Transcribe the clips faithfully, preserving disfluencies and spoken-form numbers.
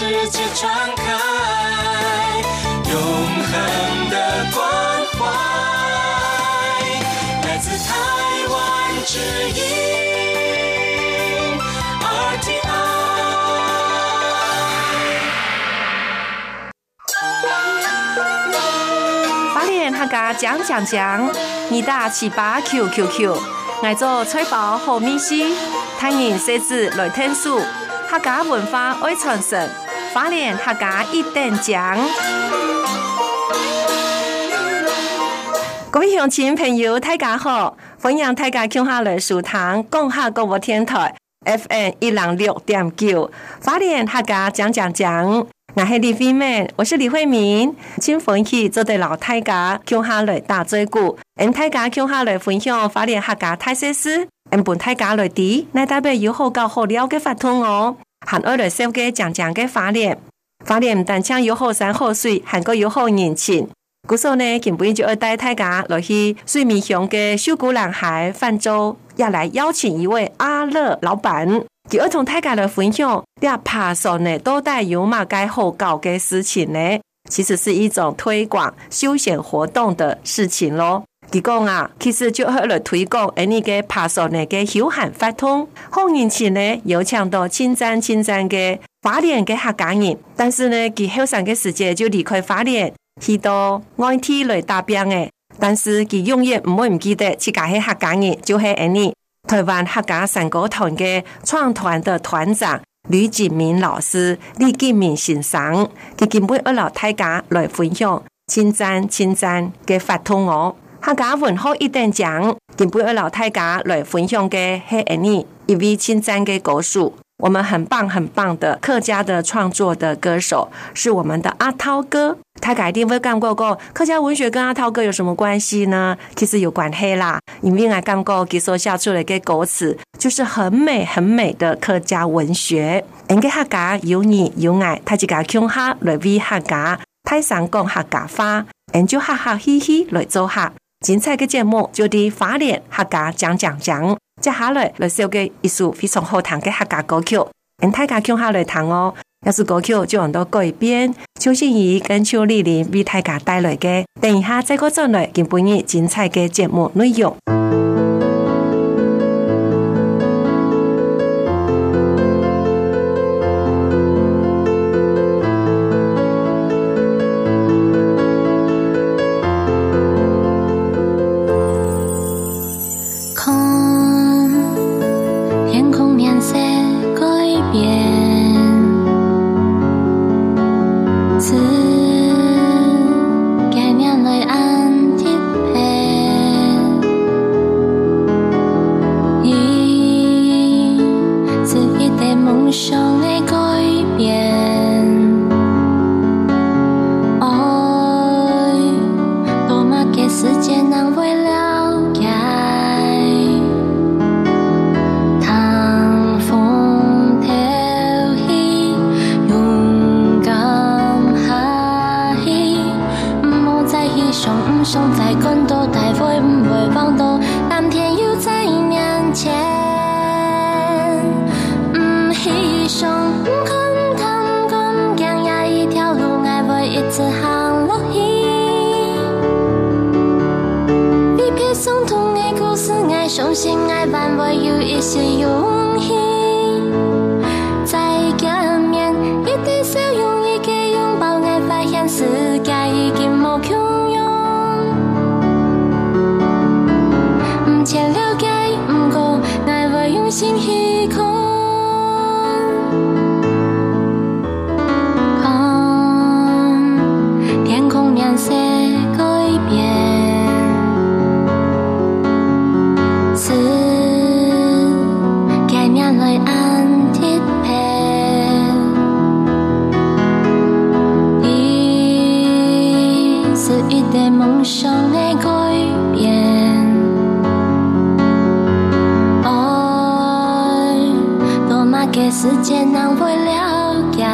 世界敞开，永恒的关怀，来自台湾之音 R T I。 花莲客家讲讲讲，二打七八 Q Q Q， 爱做吹包好米西，谈人设置来听书，客家文化爱传承，花莲客家一等奖。各位乡亲朋友，大家好，欢迎大家共下来收听共下广播电台 F M 一零六点九，花莲客家讲讲讲。我是李惠美，我是李惠民，请欢喜做对老大家共下来打嘴鼓，让大家共下来分享花莲客家特色事，让本大家来知，乃代表有好教好料嘅法通哦，含我来收嘅講講嘅花蓮，花蓮唔但將有好山好水，還個有好人情。故所呢，今本就要帶大家落去水面鄉嘅秀姑蘭海泛舟，也來邀請一位阿樂老闆。佢要同大家來分享，啲爬山呢到底有乜嘅好搞嘅事情呢？其實是一種推廣休閒活動的事情咯。佢講啊，其實就係來推廣呢個爬山呢嘅休閒活動。好年前呢，有請到青山青山嘅花蓮嘅客家人，但是呢，佢後生嘅時節就離開花蓮，去到外地來打拼嘅。但是佢永遠唔會唔記得自己係客家人，就係呢。台灣客家山歌團嘅創團的團長呂錦明老師、李建明先生，佢今本要留大家來分享青山青山嘅法通哦。客家文化一等獎，今本要留大家來分享嘅係呢一位青山嘅歌手，我們很棒很棒的客家的創作的歌手，是我們的阿濤哥。大家一定會感覺過客家文學跟阿濤哥有什麼關係呢？其實有關係啦，因為我感覺佢所寫出來嘅歌詞就是很美很美的客家文學。人家客家有義有愛，他自家腔下來為客家，太上講客家話，人就哈哈嘻嘻來做客。精彩嘅節目就喺花蓮客家講講講。接下來來收嘅一首非常好聽嘅客家歌曲，人大家腔下來聽哦。要是歌曲就用到改編，邱心怡跟邱麗玲為大家帶來嘅，等一下再個轉來今晡日精彩嘅節目內容。世界难为了解，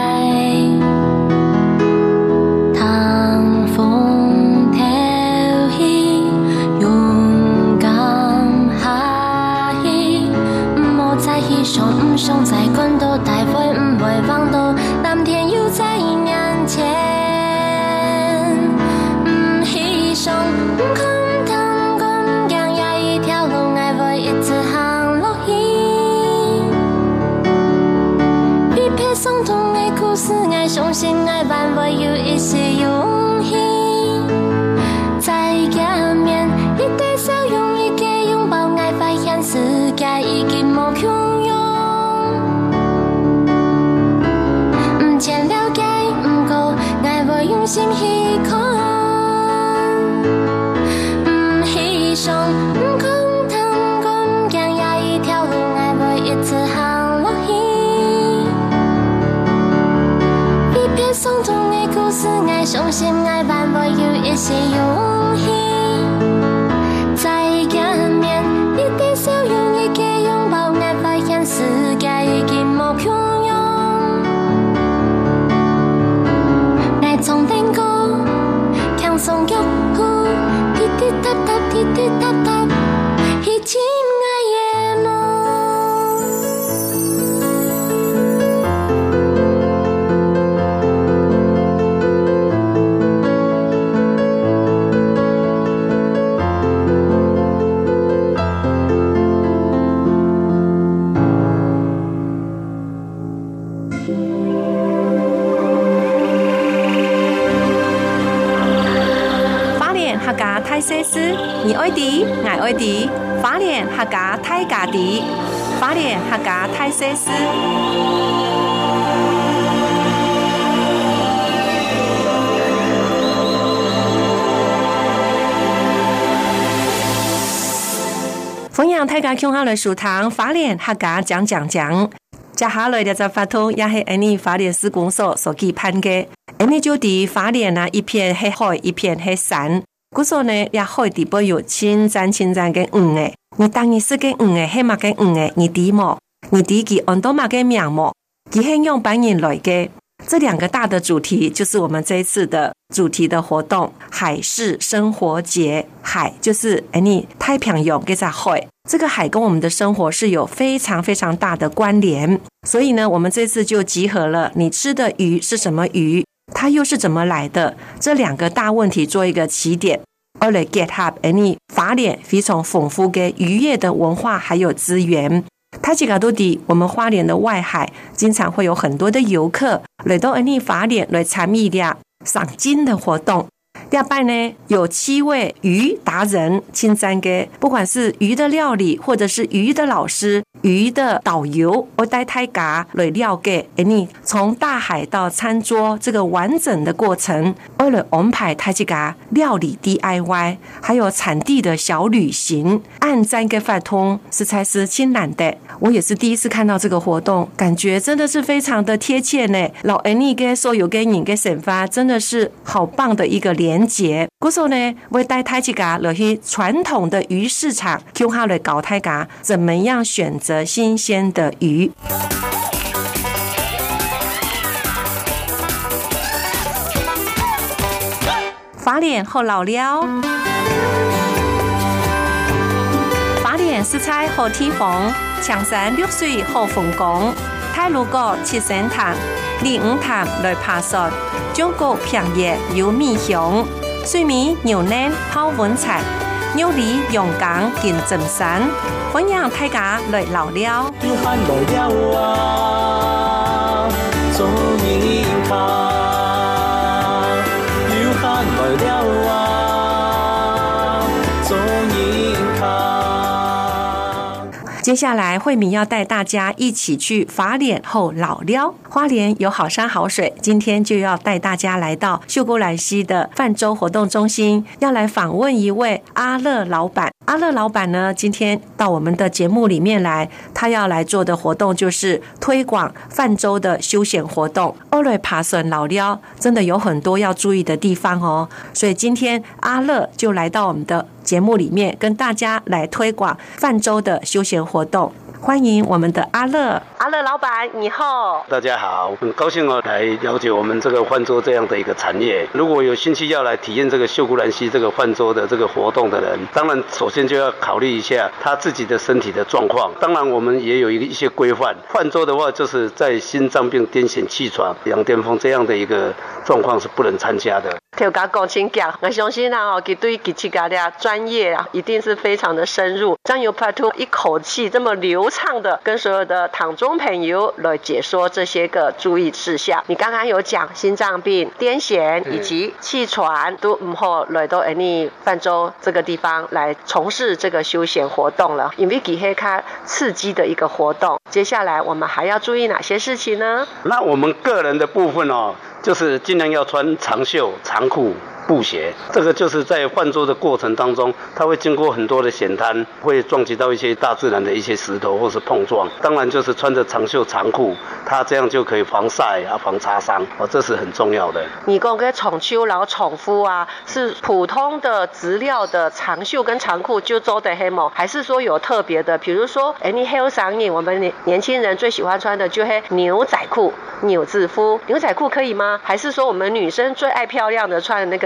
唐风透起，勇敢下去，莫在意想唔想在滚到大會唔會放到藍天。 塔塔，一起爱耶诺。 泰西斯，你爱迪，我爱迪，花莲客家泰家迪，花莲客家泰西斯。弘扬泰家腔下来书堂，花莲客家讲讲讲。接下來嘅發通也係安尼花蓮施工所所舉辦嘅，安尼就啲花蓮啊一片係海，一片係山。故所呢，也海地部有千盞千盞嘅魚誒，你當然是嘅魚誒，係乜嘅魚誒？你啲麼？你啲佢按到乜嘅名麼？佢係用白人來嘅。這兩個大的主題就是我們這一次的主題的活動——海事生活節。海就是誒，你太平洋嘅在海，這個海跟我們的生活是有非常非常大的關聯。所以呢，我們這次就集合了你吃的魚是什麼魚，它又是怎麼來的？這兩個大問題做一個起點，而來結合誒，你花蓮非常豐富嘅漁業的文化還有資源。它這個都底，我們花蓮的外海經常會有很多的遊客來到你花蓮來參與的賞鯨的活動。第二班呢，有七位魚達人親參嘅，不管是魚的料理，或者是魚的老師、魚的導遊，我帶大家來了解你從大海到餐桌這個完整的過程，而來安排大家料理 D I Y， 還有產地的小旅行，按讚嘅發通，實在是挺難的。我也是第一次看到這個活動，感覺真的是非常的貼切呢。老安尼嘅所有嘅人嘅想法，真的是好棒的一個連結。嗰時候呢，我帶大家落去傳統的魚市場，叫下來教大家怎麼樣選擇新鮮的魚。花蓮好老了，花蓮食材好地方，長山綠水好風光，太魯閣七星潭、李五潭來爬山，中國平野有米香，水米牛腩泡溫泉，牛梨陽江見真山，歡迎大家來老了。 要喊來了啊，做年卡，要喊來了啊，做年卡。 接下來慧敏要帶大家一起去花蓮後老了。花蓮有好山好水，今天就要帶大家來到秀姑巒溪的泛舟活動中心，要來訪問一位阿樂老闆。阿樂老闆呢，今天到我們的節目裡面來，他要來做的活動就是推廣泛舟的休閒活動。二類爬山老了，真的有很多要注意的地方哦。所以今天阿樂就來到我們的節目裡面，跟大家來推廣泛舟的休閒活動。歡迎我們的阿樂，阿樂老闆你好。 大家好，很高興哦來了解我們這個泛舟這樣的一個產業。如果有興趣要來體驗這個秀姑巒溪這個泛舟的這個活動的人，當然首先就要考慮一下他自己的身體的狀況。當然我們也有一些規範。泛舟的話，就是在心臟病、癲癇、氣喘、羊癲瘋這樣的一個狀況是不能參加的。 聽我講清講，我相信啊，哦，佢對佢自己的專業啊，一定是非常的深入。將由 Part Two 一口氣這麼流暢的跟所有的聽眾朋友來解說這些個注意事項。你剛剛有講心臟病、癲癇以及氣喘都唔好來到你泛舟這個地方來從事這個休閒活動了，因為佢係較刺激的一個活動。接下來我們還要注意哪些事情呢？ 那我們個人的部分哦，就是盡量要穿長袖長褲布鞋，這個就是在泛舟的過程當中，它會經過很多的險灘，會撞擊到一些大自然的一些石頭或是碰撞。當然就是穿着長袖長褲，它這樣就可以防曬啊、防擦傷，哦，這是很重要的。 你講嘅長袖然後長褲啊，是普通的質料的長袖跟長褲就做得黑嗎？還是說有特別的？比如說，誒，你黑上癮，我們年輕人最喜歡穿的就係牛仔褲、牛字褲。牛仔褲可以嗎？還是說我們女生最愛漂亮的穿的那個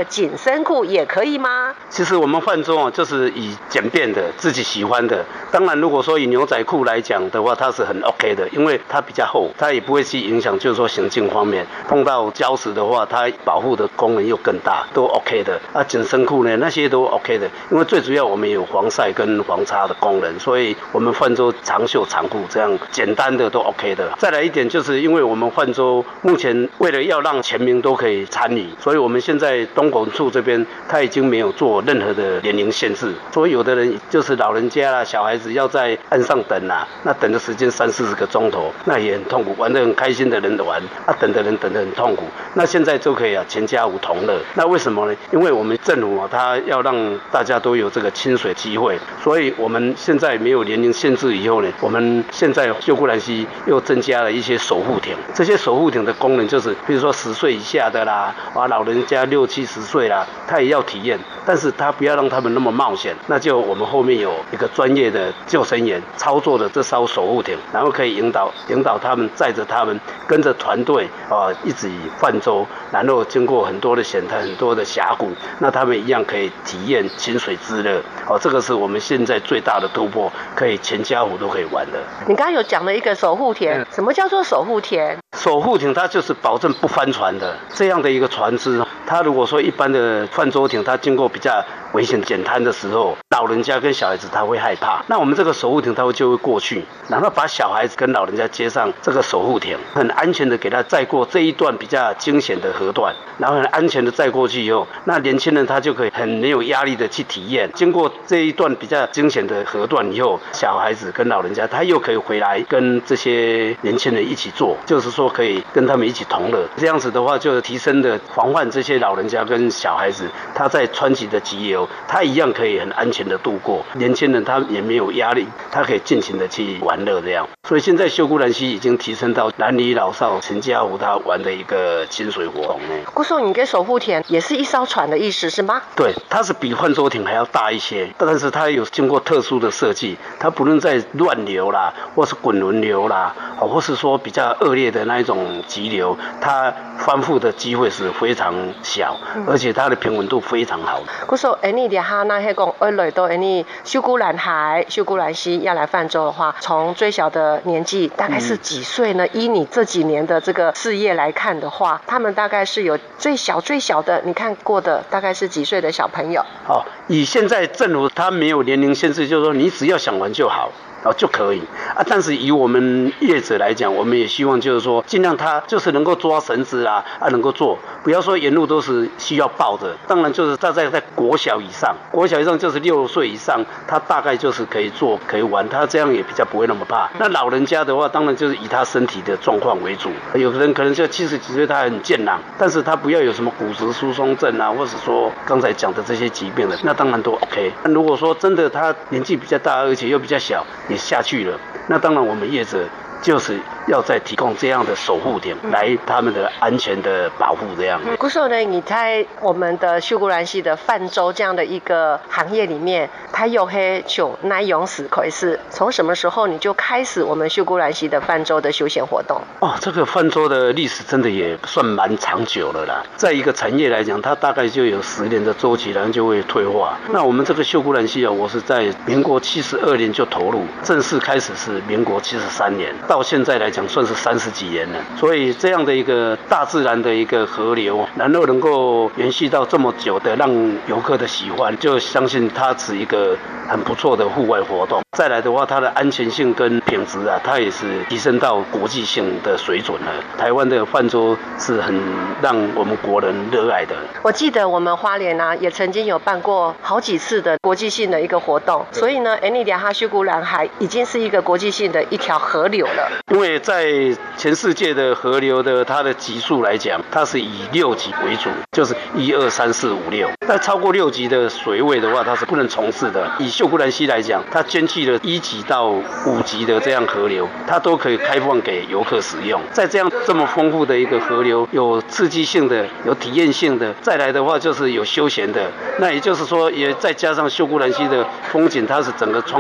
紧身裤也可以吗？ 其实我们泛舟啊，就是以简便的、自己喜欢的。当然，如果说以牛仔裤来讲的话，它是很 OK 的，因为它比较厚，它也不会去影响，就是说行进方面碰到礁石的话，它保护的功能又更大，都 OK 的。啊，紧身裤呢，那些都 OK 的，因为最主要我们有防晒跟防擦的功能，所以我们泛舟长袖长裤这样简单的都 OK 的。再来一点，就是因为我们泛舟目前为了要让全民都可以参与，所以我们现在东管处这边它已经没有做任何的年龄限制，所以有的人就是老人家啦、小孩子要在岸上等啊，那等的时间三四十个钟头，那也很痛苦。玩得很开心的人玩，啊，等的人等得很痛苦。那现在就可以啊，全家福同乐。那为什么呢？因为我们政府啊，它要让大家都有这个亲水机会，所以我们现在没有年龄限制以后呢，我们现在秀姑兰溪又增加了一些守护艇。这些守护艇的功能就是，比如说十岁以下的啦，啊，老人家六七十岁啦，他也要体验，但是他不要让他们那么冒险。那就我们后面有一个专业的救生员操作的这艘守护艇，然后可以引导引导他们，载着他们，跟着团队啊一起泛舟，然后经过很多的险滩、很多的峡谷，那他们一样可以体验亲水之乐。哦，这个是我们现在最大的突破，可以全家福都可以玩的。 你刚刚有讲了一个守护艇，什么叫做守护艇？ 守护艇它就是保证不翻船的这样的一个船只。它如果说一般的泛舟艇，它经过比较危险浅滩的时候，老人家跟小孩子他会害怕。那我们这个守护艇，它会就会过去，然后把小孩子跟老人家接上这个守护艇，很安全的给他载过这一段比较惊险的河段，然后很安全的载过去以后，那年轻人他就可以很没有压力的去体验。经过这一段比较惊险的河段以后，小孩子跟老人家他又可以回来跟这些年轻人一起做，就是说可以跟他们一起同乐。这样子的话，就提升的防范这些老人家跟小孩子，他在川崎的急流，他一样可以很安全的度过。年轻人他也没有压力，他可以尽情的去玩乐这样。所以现在秀姑兰溪已经提升到男女老少全家福他玩的一个亲水活动呢。 顾叔，你跟守护艇也是一艘船的意思是吗？ 对，它是比泛舟艇还要大一些，但是它有经过特殊的设计，它不论在乱流啦，或是滚轮流啦，或是说比较恶劣的那一种急流，它翻覆的机会是非常小，而且它的平稳度非常好。 顾叔，哎，你哋哈那迄讲，二类都哎你秀姑兰海、秀姑兰溪要来泛舟的话，从最小的年纪大概是几岁呢？嗯、依你这几年的这个事业来看的话，他们大概是有最小最小的，你看过的大概是几岁的小朋友？ 哦，以现在政府它没有年龄限制，就是说你只要想玩就好。哦，就可以啊。但是以我们业者来讲，我们也希望就是说，尽量他就是能够抓绳子啦，啊，能够做，不要说沿路都是需要抱着。当然就是大概在国小以上，国小以上就是六岁以上，他大概就是可以做可以玩，他这样也比较不会那么怕。那老人家的话，当然就是以他身体的状况为主。有的人可能就七十几岁，他很健朗，但是他不要有什么骨质疏松症啊，或者说刚才讲的这些疾病的，那当然都 OK。那如果说真的他年纪比较大，而且又比较小，也下去了，那当然我们业者就是要再提供这样的守护点来他们的安全的保护这样。 顾寿呢，你在我们的秀姑兰溪的泛舟这样的一个行业里面，它有黑酒耐泳史可以是从什么时候你就开始我们秀姑兰溪的泛舟的休闲活动？ 哦，这个泛舟的历史真的也算蛮长久了啦。在一个产业来讲，它大概就有十年的周期，然后就会退化。嗯、那我们这个秀姑兰溪啊，我是在民国七十二年就投入，正式开始是民国七十三年。到现在来讲算是三十几年了，所以这样的一个大自然的一个河流，然后能够延续到这么久的让游客的喜欢，就相信它是一个很不错的户外活动。再来的话，它的安全性跟品质啊，它也是提升到国际性的水准了。台湾的泛舟是很让我们国人热爱的。 我记得我们花莲啊，也曾经有办过好几次的国际性的一个活动，所以呢，恩尼良哈秀姑兰海已经是一个国际性的一条河流了。 因为在全世界的河流的它的级数来讲，它是以六级为主，就是一二三四五六。那超过六级的水位的话，它是不能从事的。以秀姑兰溪来讲，它兼具了一级到五级的这样河流，它都可以开放给游客使用。在这样这么丰富的一个河流，有刺激性的，有体验性的，再来的话就是有休闲的。那也就是说，也再加上秀姑兰溪的风景，它是整个穿过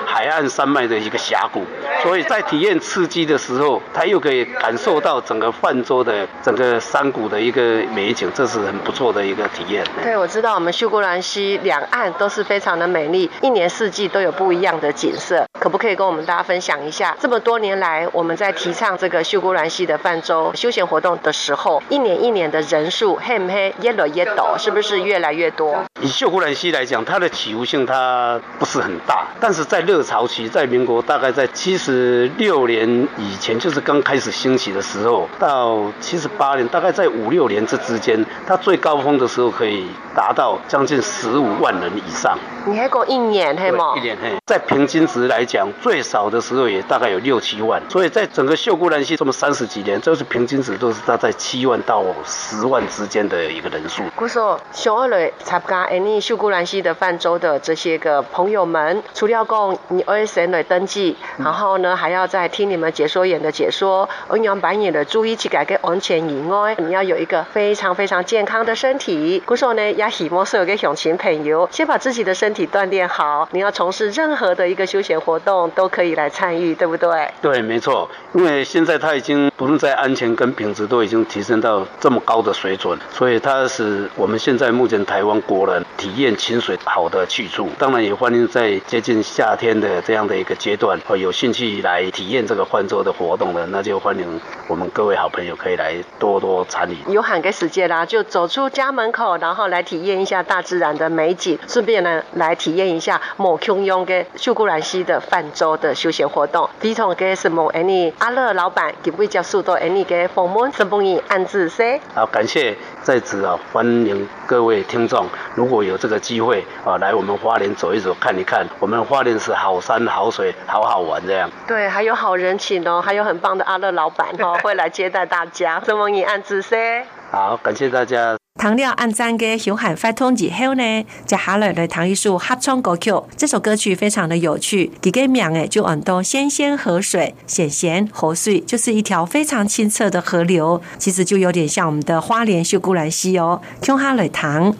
海岸山脉的一个峡谷，所以在体验刺激的时候，他又可以感受到整个泛舟的整个山谷的一个美景，这是很不错的一个体验。 对，我知道我们秀姑峦溪两岸都是非常的美丽，一年四季都有不一样的景色。可不可以跟我们大家分享一下，这么多年来我们在提倡这个秀姑峦溪的泛舟休闲活动的时候，一年一年的人数黑不黑越来越陡，是不是越来越多？ 以秀姑峦溪来讲，它的起伏性它不是很大，但是在热潮期，在民国大概在七十六年以前，就是刚开始兴起的时候，到七十八年，大概在五六年这之间，它最高峰的时候可以达到将近十五万人以上。 你还讲一年黑吗？ 一年黑，在平均值来讲，最少的时候也大概有六七万。所以在整个秀姑峦溪这么三十几年，就是平均值都是大概七万到十万之间的一个人数。 古说，上二类参加你秀姑峦溪的泛舟的这些个朋友们，除了讲你二神来登记，嗯、然后呢还要再听你们解说员的解说，恩阳扮演的注意去改个安全以外，你要有一个非常非常健康的身体。古说呢，也希望所有的乡亲朋友，先把自己的身体锻炼好，你要从事任何的一个休闲活动都可以来参与，对不对？ 对，没错，因为现在它已经不论在安全跟品质都已经提升到这么高的水准，所以它是我们现在目前台湾国人体验清水好的去处。当然也欢迎在接近夏天的这样的一个阶段，有兴趣来体验这个泛舟的活动的，那就欢迎我们各位好朋友可以来多多参与。 有喊给时间啦，就走出家门口，然后来体验一下大自然的美景，顺便呢来体验一下某汹涌的秀姑峦溪的泛舟的休闲活动。非常嘅是某 any 阿乐老板给不加速到 any 嘅访问，什么意暗自说。 好，感谢在此啊，欢迎各位听众，如果有这个机会啊，来我们花莲走一走看一看，我们花莲是好山好水，好好玩这样。 对，还有好人情哦，还有很棒的阿乐老板哦，会来接待大家。什么意暗自说。 好，感谢大家。 唐了按赞嘅休闲发通之后呢，接下来来弹一首合唱歌曲。这首歌曲非常的有趣，它嘅名诶就按到纤纤河水，纤纤河水就是一条非常清澈的河流，其实就有点像我们的花莲秀姑峦溪哦。听下来弹。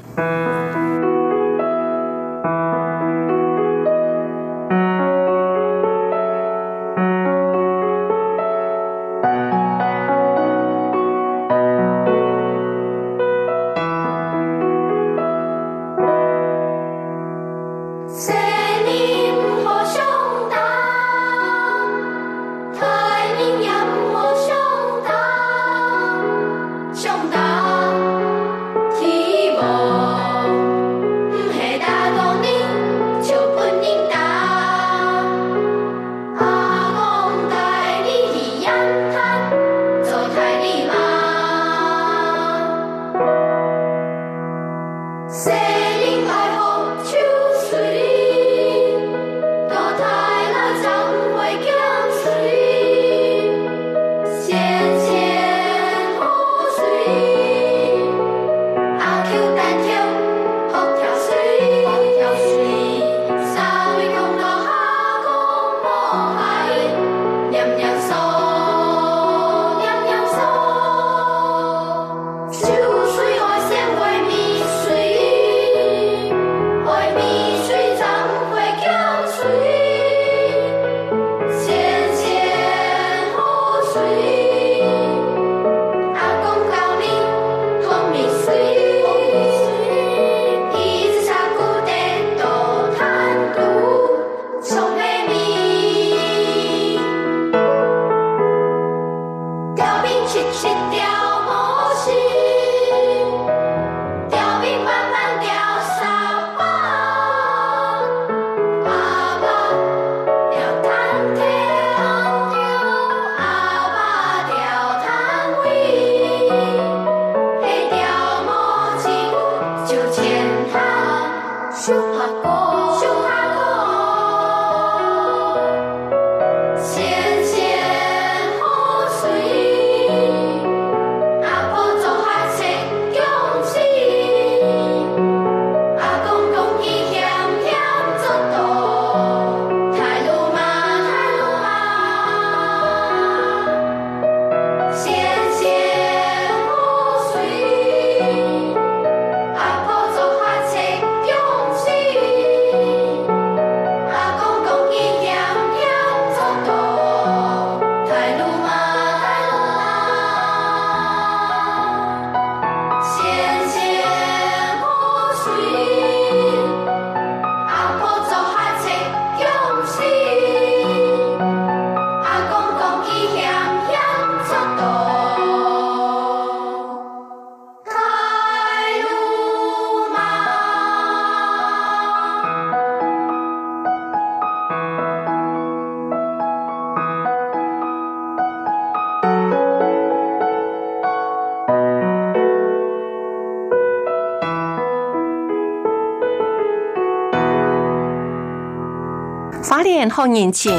花莲好人情，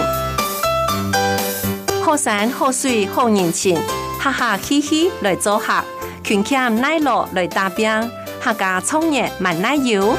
好山好水好人情，哈哈嘻嘻来做客，群欠奶酪来打饼，客家创业慢奶油。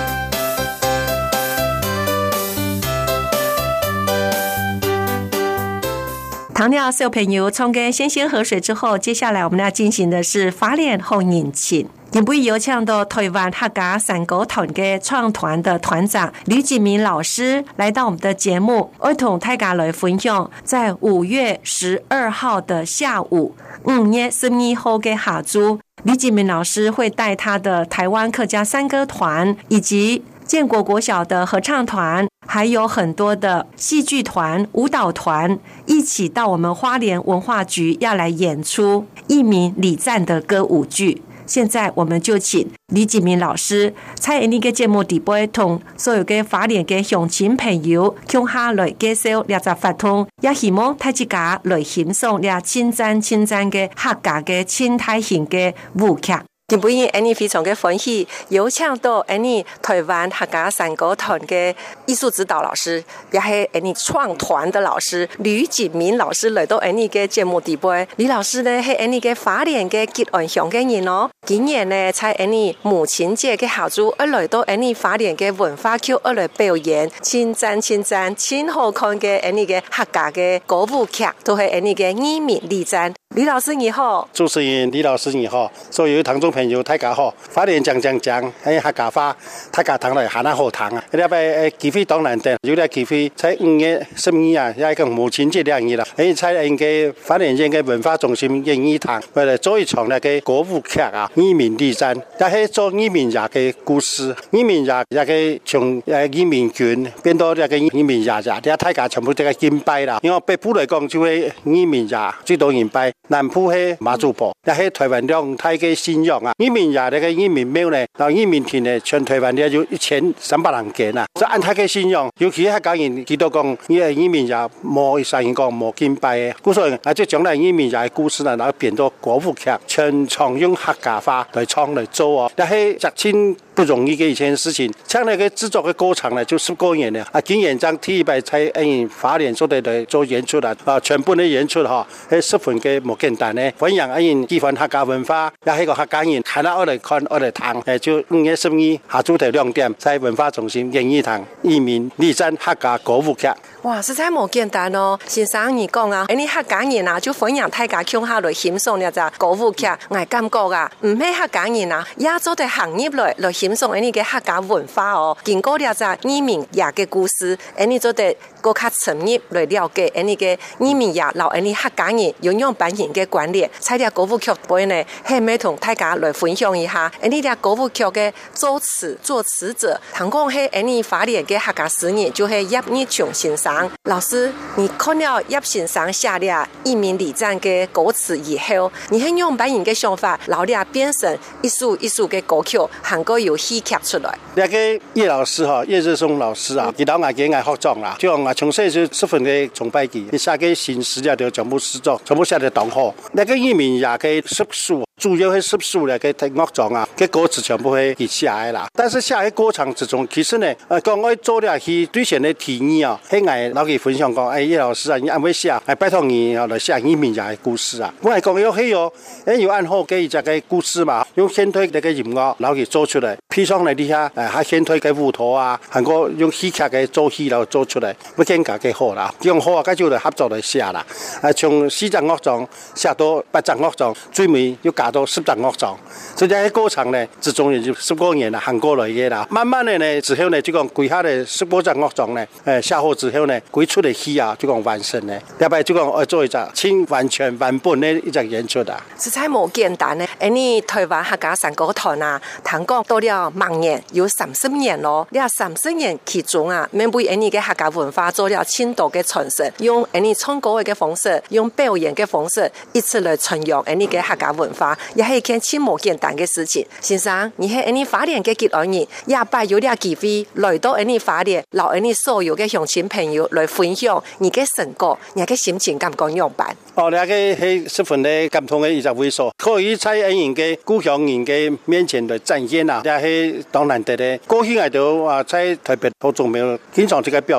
糖尿小朋友冲个鲜鲜河水之后，接下来我们要进行的是花莲好人情。今不有请到台湾客家山歌团的创团的团长吕锦明老师来到我们的节目，会同大家来分享在五月十二号的下午，五月十二号的下午，吕锦明老师会带他的台湾客家山歌团以及建国国小的合唱团，还有很多的戏剧团、舞蹈团，一起到我们花莲文化局要来演出一鸣礼赞的歌舞剧。现在我们就请李锦明老师在呢个节目底部同所有嘅花莲嘅乡亲朋友向下來介紹兩隻法通，也希望大家來欣賞兩千讚千讚嘅客家嘅千台型嘅舞劇。今不因 Annie 非常嘅歡喜，有請到 Annie 台灣客家山歌團嘅藝術指導老師，也係 Annie 創團的老師呂錦明老師來到 Annie 嘅節目底部。呂老師呢係 Annie 嘅花蓮嘅吉安鄉嘅人哦，今年呢在 Annie 母親節嘅下晝，而來到 Annie 花蓮嘅文化區而來表演，千讚千讚，千好看嘅 Annie 嘅客家嘅歌舞劇，都係 Annie 嘅一鳴禮讚。李老師你好， 主持人李老師你好，所有聽眾朋友大家好，花蓮講講講，喺客家話，大家談來下下好談啊！呢擺機會當然得，有啲機會在五月十二啊，也係母親節兩日啦，喺在應該花蓮縣嘅文化中心演藝堂，為了做一場那個歌舞劇啊，一鳴禮讚，也係做一鳴日嘅故事，一鳴日也係從誒一鳴拳變到那個一鳴日日，啲大家全部都係敬拜啦。因為北部嚟講就係一鳴日最多人拜。南部係馬祖婆，也係台灣兩大嘅信仰啊！一鳴日那個一鳴廟呢，然後一鳴田呢，全台灣呢有一千三百人見啊！所以按他嘅信仰，尤其係講人見到講，呢個一鳴日冇上人講冇敬拜嘅，故所以啊，即將來一鳴日嘅故事呢，然後變到歌舞劇，全場用客家話來唱來做哦，也係十千不容易嘅一件事情。像那個製作嘅過程呢，就十個年了啊！今年將第一擺在誒花蓮所嚟來做演出啦，啊，全部嘅演出哈，係十分嘅冇簡單呢。分享一人基本客家文化，也係個客家人看到我嚟看我嚟聽，誒就五月十二下晝頭兩點，在文化中心演藝堂一鳴禮讚客家歌舞劇。 哇，實在冇簡單哦！先生你講啊，你客家人啊，就分享大家向下來欣賞呢隻歌舞劇，我感覺啊，唔係客家人啊，也做啲行業來來欣賞呢個客家文化哦。經過呢隻一鳴日嘅故事，你做啲更加深入來了解呢個一鳴日，留呢客家人擁有版型嘅觀念。在呢個歌舞劇本呢，係咪同大家來分享一下？呢啲歌舞劇嘅作詞作詞者，談講係呢花蓮嘅客家詩人，就係葉日松先生。老師，你看了葉先生寫了一鳴禮讚嘅歌詞以後，你係用版型嘅想法，留了變成一首一首嘅歌曲，還個有戲劇出來。 那個葉老師哈，葉日松老師啊，佢到我嘅愛學裝啦，就我從細就十分嘅崇拜佢，佢寫嘅新詩了就全部詩作，全部寫得當好。那個一鳴也嘅十數，主要係十數咧嘅樂章啊，嘅歌詞全部係佢寫嘅啦。但是寫嘅過程之中，其實呢，誒講我做了佢對前嘅提議啊，係我老佢分享講，誒葉老師啊，你按會寫，誒拜託你來寫一鳴也嘅故事啊。我係講要係哦，誒要按好嘅一隻嘅故事嘛，用現代嘅音樂老佢做出來，披上嚟底下誒，喺現代嘅舞蹈啊，韓國用戲劇嘅做戲嚟做出來，不更加嘅好啦。用好啊，咁就嚟合作嚟寫啦。誒從四隻樂章寫到八隻樂章，最尾要加到十隻樂章。所以喺過程呢，之中也就十個年啦，行過來嘅啦。慢慢嘅呢，之後呢，就講歸下嚟十個隻樂章呢，誒寫好之後呢，歸出嚟戲啊，就講完成呢。另外就講我做一隻千完全完本嘅一隻演出啊。 實在冇簡單呢。誒，你台灣客家山歌團啊，談講到了萬年，有三十年咯。呢三十年其中啊，免為誒你嘅客家文化做了千多嘅傳承，用誒你唱歌嘅方式，用表演嘅方式，一次來傳揚誒你嘅客家文化，也係一件千冇簡單嘅事情。先生，你係誒你花蓮嘅吉安人，也拜有啲機會來到誒你花蓮，留誒你所有嘅鄉親朋友來分享你嘅成果，你嘅心情感覺樣辦？ 哦，你嘅係十分嘅感動嘅一隻會所，可以在人嘅故鄉人嘅面前來展現啊！也係當然得嘅。過去我都啊在台北好重要，經常這個表演。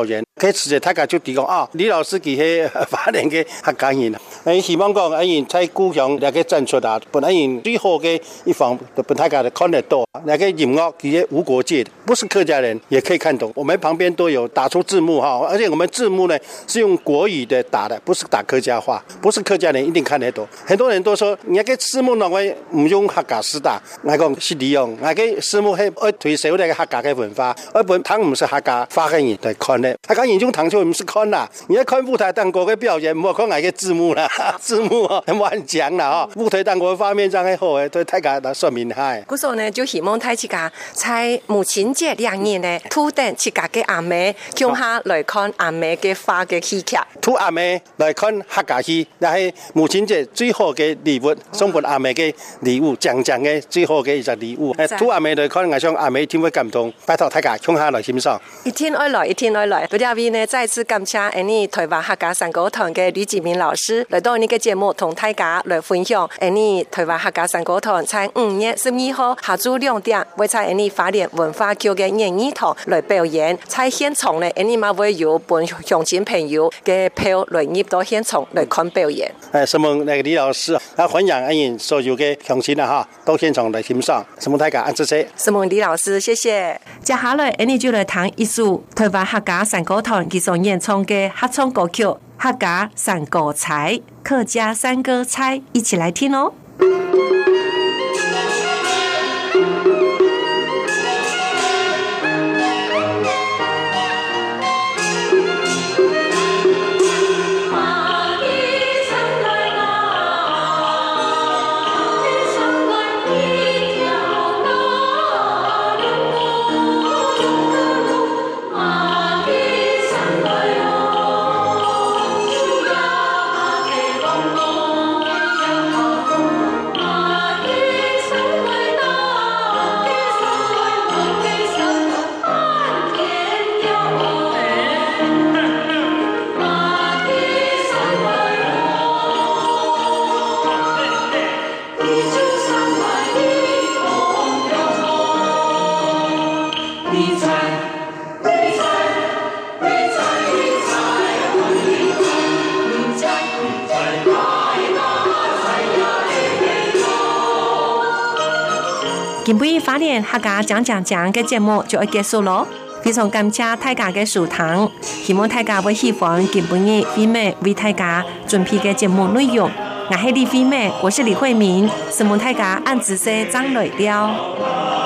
去直接大家就提供啊，李老师佢喺法聯嘅客家人，誒希望講阿因在故鄉嚟嘅展出啊，本阿因最好嘅一方，本大家都看得到。那個音樂佢嘅無國界，不是客家人也可以看懂。我們旁邊都有打出字幕哈，而且我們字幕呢是用國語的打的，不是打客家話，不是客家人一定看得懂。很多人都說，你個字幕呢我唔用客家詩打，我講是利用，我個字幕係愛推銷那個客家嘅文化，而本他唔是客家話嘅人來看的，客家人用堂就唔是看啦，你要看舞台當國嘅表演，唔好看我個字幕啦，字幕哦很顽強啦哦，舞台當國畫面上係好嘅，對大家來說明下。 嗰時候呢就希望睇自家在母親節兩日呢，土定自家嘅阿妹，向下來看阿妹嘅花嘅戲劇。 土阿妹來看客家戲，又係母親節最好嘅禮物，送俾阿妹嘅禮物，獎獎嘅最好嘅一隻禮物。土阿妹來看，我想阿妹聽會感動，拜託大家向下來欣賞。 一天愛來，一天愛來。喺呢邊呢，再次感謝誒你台灣客家山歌團嘅呂志明老師來到呢個節目，同大家來分享誒你台灣客家山歌團在五月十二號下晝兩點會在誒你花蓮文化局嘅演藝堂來表演。在現場呢，誒你嘛會有本鄉親朋友嘅票來入到現場來看表演。 誒，希望那個李老師啊，歡迎阿人所有嘅鄉親啊哈，到現場來欣賞。希望大家按支持。 希望李老師，謝謝。接下來誒你就來彈一首台灣客家山歌團佢所演唱嘅合唱歌曲《客家山歌菜》，客家山歌菜，一起來聽哦。今晡花蓮客家講講講嘅節目就要結束咯，非常感謝大家嘅收聽，希望大家會喜歡今晡日飛妹為大家準備嘅節目內容。我係李飛妹，我是李慧敏，希望大家按指示張來了。